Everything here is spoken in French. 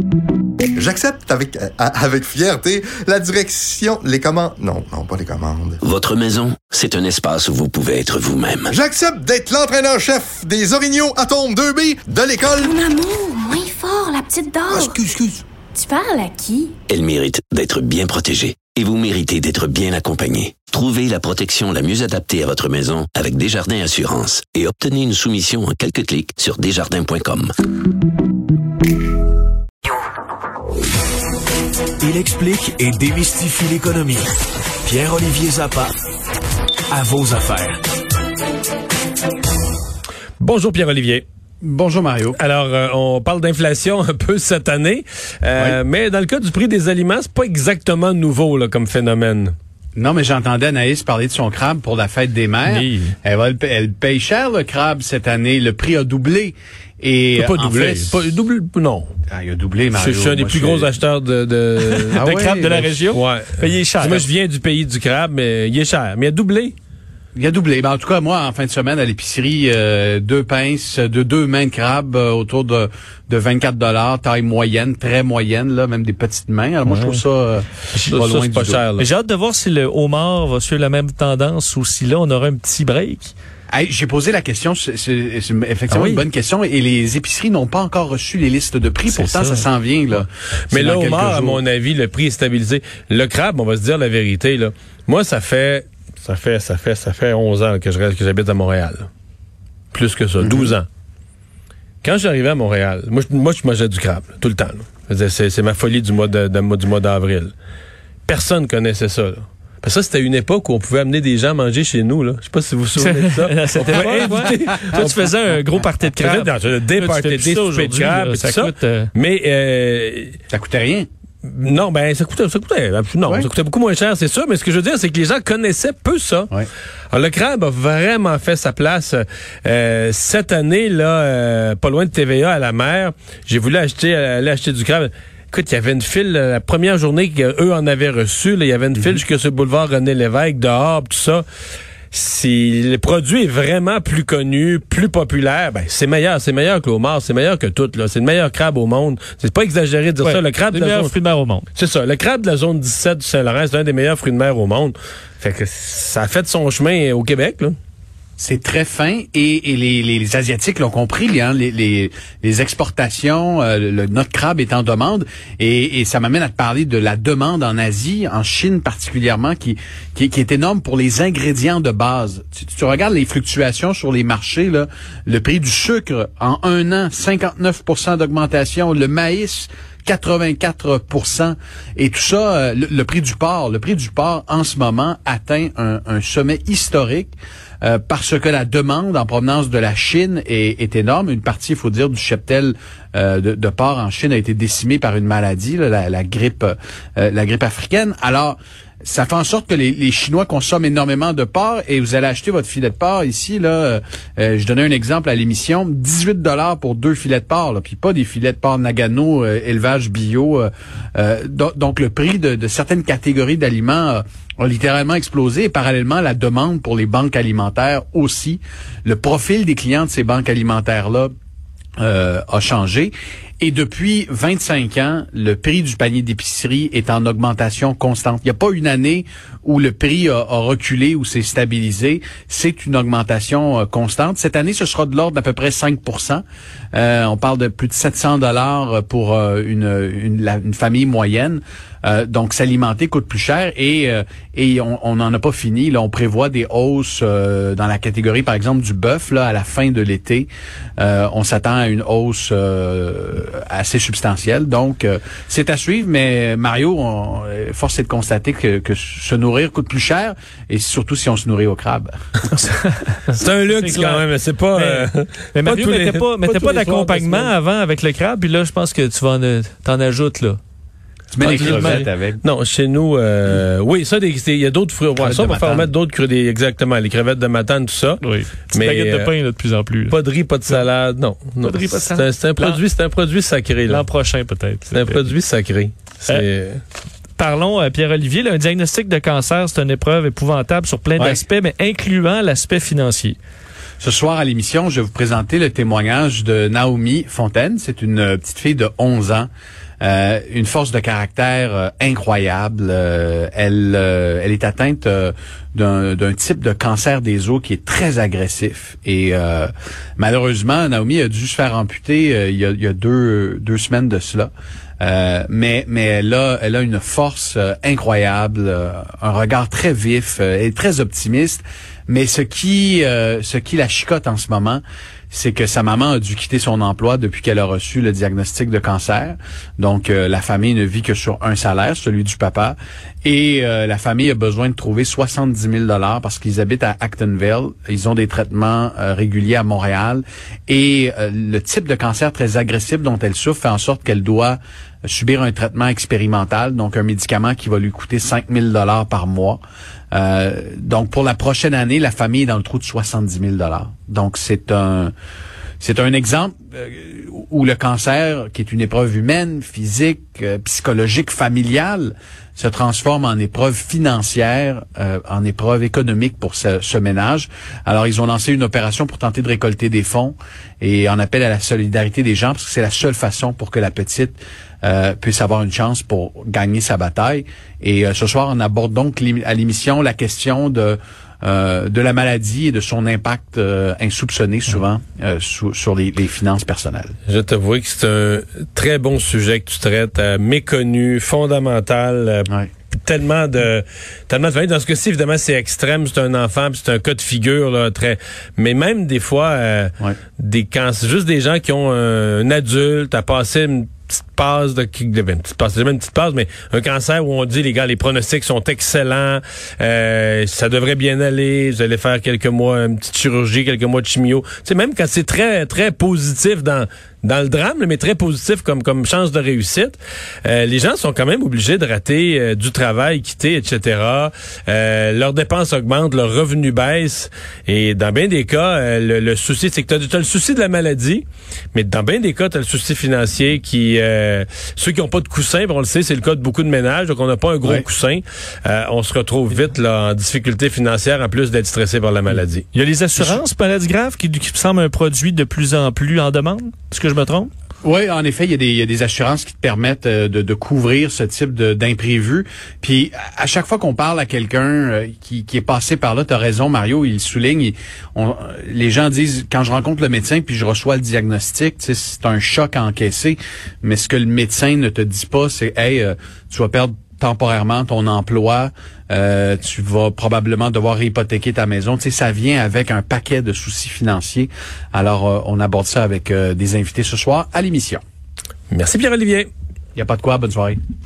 J'accepte avec fierté la direction, les commandes. Non, pas les commandes. Votre maison, c'est un espace où vous pouvez être vous-même. J'accepte d'être l'entraîneur-chef des Orignaux Atomes 2B de l'école. Mon amour, moins fort, la petite dame. Excuse. Tu parles à qui? Elle mérite d'être bien protégée. Et vous méritez d'être bien accompagné. Trouvez la protection la mieux adaptée à votre maison avec Desjardins Assurance et obtenez une soumission en quelques clics sur desjardins.com. Il explique et démystifie l'économie. Pierre-Olivier Zappa, à vos affaires. Bonjour Pierre-Olivier. Bonjour Mario. Alors, on parle d'inflation un peu cette année, Oui. mais dans le cas du prix des aliments, c'est pas exactement nouveau là, comme phénomène. Non, mais j'entendais Anaïs parler de son crabe pour la fête des mères. Oui. Elle paye cher le crabe cette année. Le prix a doublé. Et Pas doublé. Non. Il a doublé, Mario. Je suis un des plus gros acheteurs de ouais, crabe de la région. Ouais. Il est cher. Moi, je viens du pays du crabe, mais il est cher. Mais il a doublé. Il a doublé. Ben, en tout cas, moi, en fin de semaine, à l'épicerie, 2 pinces de 2 mains de crabe autour de 24 $, taille moyenne, très moyenne, là, même des petites mains. Alors moi, je trouve ça pas loin c'est du pas dos. cher. Là. Mais j'ai hâte de voir si le homard va suivre la même tendance ou si là, on aura un petit break. Hey, j'ai posé la question, c'est effectivement une bonne question, et les épiceries n'ont pas encore reçu les listes de prix. C'est Pourtant, ça s'en vient, là. Mais C'est le dans quelques homard, à jours. mon avis, le prix est stabilisé. Le crabe, on va se dire la vérité, là. Moi, ça fait 11 ans que j'habite à Montréal. Plus que ça, 12 ans. Quand j'arrivais à Montréal, moi je mangeais du crabe, là, tout le temps. Là. C'est ma folie du mois d'avril. Personne connaissait ça, là. Parce que ça, c'était une époque où on pouvait amener des gens manger chez nous, là. Je sais pas si vous vous souvenez de ça. C'était Toi, tu faisais un gros party de crabe. Des parties, des soupers de crabe, et tout ça. Coûte, Mais, Ça coûtait rien. non, ben ça coûtait beaucoup moins cher, c'est sûr, mais ce que je veux dire, c'est que les gens connaissaient peu ça. Ouais. Alors, le crabe a vraiment fait sa place. Cette année, là, pas loin de TVA à la mer, j'ai voulu aller acheter du crabe. Écoute, il y avait une file, la première journée qu'eux en avaient reçu, là, il y avait une file jusque sur le boulevard René-Lévesque, dehors, tout ça. Si le produit est vraiment plus connu, plus populaire, ben c'est meilleur que le homard, c'est meilleur que tout, là. C'est le meilleur crabe au monde. C'est pas exagéré de dire ça. Le crabe de la zone... fruits de mer au monde. C'est ça. Le crabe de la zone 17 du Saint-Laurent, c'est un des meilleurs fruits de mer au monde. Fait que ça a fait son chemin au Québec, là. C'est très fin et les Asiatiques l'ont compris, hein, les exportations, notre crabe est en demande et ça m'amène à te parler de la demande en Asie, en Chine particulièrement, qui est énorme pour les ingrédients de base. Tu regardes les fluctuations sur les marchés, là, le prix du sucre en un an, 59% d'augmentation, le maïs 84%. Et tout ça, le prix du porc en ce moment atteint un sommet historique parce que la demande en provenance de la Chine est énorme. Une partie, il faut dire, du cheptel de porc en Chine a été décimée par une maladie, là, la grippe africaine. Alors, ça fait en sorte que les Chinois consomment énormément de porc et vous allez acheter votre filet de porc ici, là, je donnais un exemple à l'émission, 18 $ pour 2 filets de porc, là, puis pas des filets de porc Nagano, élevage bio. Donc le prix de certaines catégories d'aliments a littéralement explosé et parallèlement la demande pour les banques alimentaires aussi. Le profil des clients de ces banques alimentaires-là a changé. Et depuis 25 ans, le prix du panier d'épicerie est en augmentation constante. Il n'y a pas une année où le prix a reculé ou s'est stabilisé. C'est une augmentation constante. Cette année, ce sera de l'ordre d'à peu près 5%. On parle de plus de 700 $ pour une famille moyenne. Donc, s'alimenter coûte plus cher et on n'en a pas fini. Là, on prévoit des hausses dans la catégorie, par exemple, du bœuf là à la fin de l'été. On s'attend à une hausse assez substantielle. Donc, c'est à suivre. Mais Mario, force est de constater que se nourrir coûte plus cher et surtout si on se nourrit au crabe. C'est un luxe quand même. C'est pas. Mais Mario, mettais pas d'accompagnement soirs, avant avec le crabe. Puis là, je pense que tu vas t'en ajoutes là. Tu mets des crevettes avec. Non, chez nous, oui, ça, il y a d'autres fruits. Ouais, ça, on va faire mettre d'autres crevettes, exactement, les crevettes de Matane, tout ça. Oui. Mais baguette de pain, là, de plus en plus. Là. Pas de riz, pas de salade, non. Pas de riz, pas de salade. C'est un produit sacré, là. L'an prochain, peut-être. C'est un produit sacré. Parlons, Pierre-Olivier, là, un diagnostic de cancer, c'est une épreuve épouvantable sur plein d'aspects, mais incluant l'aspect financier. Ce soir à l'émission, je vais vous présenter le témoignage de Naomi Fontaine. C'est une petite fille de 11 ans une force de caractère incroyable. Elle est atteinte d'un type de cancer des os qui est très agressif. Et malheureusement, Naomi a dû se faire amputer il y a deux semaines de cela. Mais elle a une force incroyable, un regard très vif et très optimiste. Mais ce qui la chicote en ce moment, c'est que sa maman a dû quitter son emploi depuis qu'elle a reçu le diagnostic de cancer. Donc, la famille ne vit que sur un salaire, celui du papa. Et la famille a besoin de trouver 70 000 $ parce qu'ils habitent à Actonville. Ils ont des traitements réguliers à Montréal. Et le type de cancer très agressif dont elle souffre fait en sorte qu'elle doit subir un traitement expérimental, donc un médicament qui va lui coûter 5 000 $ par mois. Donc, pour la prochaine année, la famille est dans le trou de 70 000 $. Donc, c'est un exemple où le cancer, qui est une épreuve humaine, physique, psychologique, familiale, se transforme en épreuve financière, en épreuve économique pour ce ménage. Alors, ils ont lancé une opération pour tenter de récolter des fonds et en appel à la solidarité des gens, parce que c'est la seule façon pour que la petite puisse avoir une chance pour gagner sa bataille. Et ce soir, on aborde donc à l'émission la question de la maladie et de son impact insoupçonné souvent sur les finances personnelles. Je t'avoue que c'est un très bon sujet que tu traites, méconnu, fondamental. Ouais. Tellement de familles. Dans ce cas-ci, évidemment, c'est extrême, c'est un enfant, puis c'est un cas de figure là, mais même des fois, c'est juste des gens qui ont un adulte à passer une petite passe mais un cancer où on dit les gars, les pronostics sont excellents, ça devrait bien aller, vous allez faire quelques mois, une petite chirurgie, quelques mois de chimio. Tu sais, même quand c'est très très positif dans le drame, mais très positif comme chance de réussite, les gens sont quand même obligés de rater du travail, quitter, etc. Leurs dépenses augmentent, leurs revenus baissent, et dans bien des cas, le souci, c'est que t'as le souci de la maladie, mais dans bien des cas, t'as le souci financier qui ceux qui n'ont pas de coussin, on le sait, c'est le cas de beaucoup de ménages, donc on n'a pas un gros coussin. On se retrouve vite là en difficulté financière en plus d'être stressé par la maladie. Il y a les assurances maladies graves qui me semblent un produit de plus en plus en demande. Est-ce que je me trompe? Oui, en effet, il y a des assurances qui te permettent de couvrir ce type d'imprévu. Puis à chaque fois qu'on parle à quelqu'un qui est passé par là, t'as raison, Mario, il souligne, les gens disent, quand je rencontre le médecin puis je reçois le diagnostic, c'est un choc à encaisser, mais ce que le médecin ne te dit pas, c'est tu vas perdre temporairement ton emploi, tu vas probablement devoir hypothéquer ta maison. Tu sais, ça vient avec un paquet de soucis financiers. Alors, on aborde ça avec des invités ce soir à l'émission. Merci Pierre-Olivier. Il n'y a pas de quoi, bonne soirée.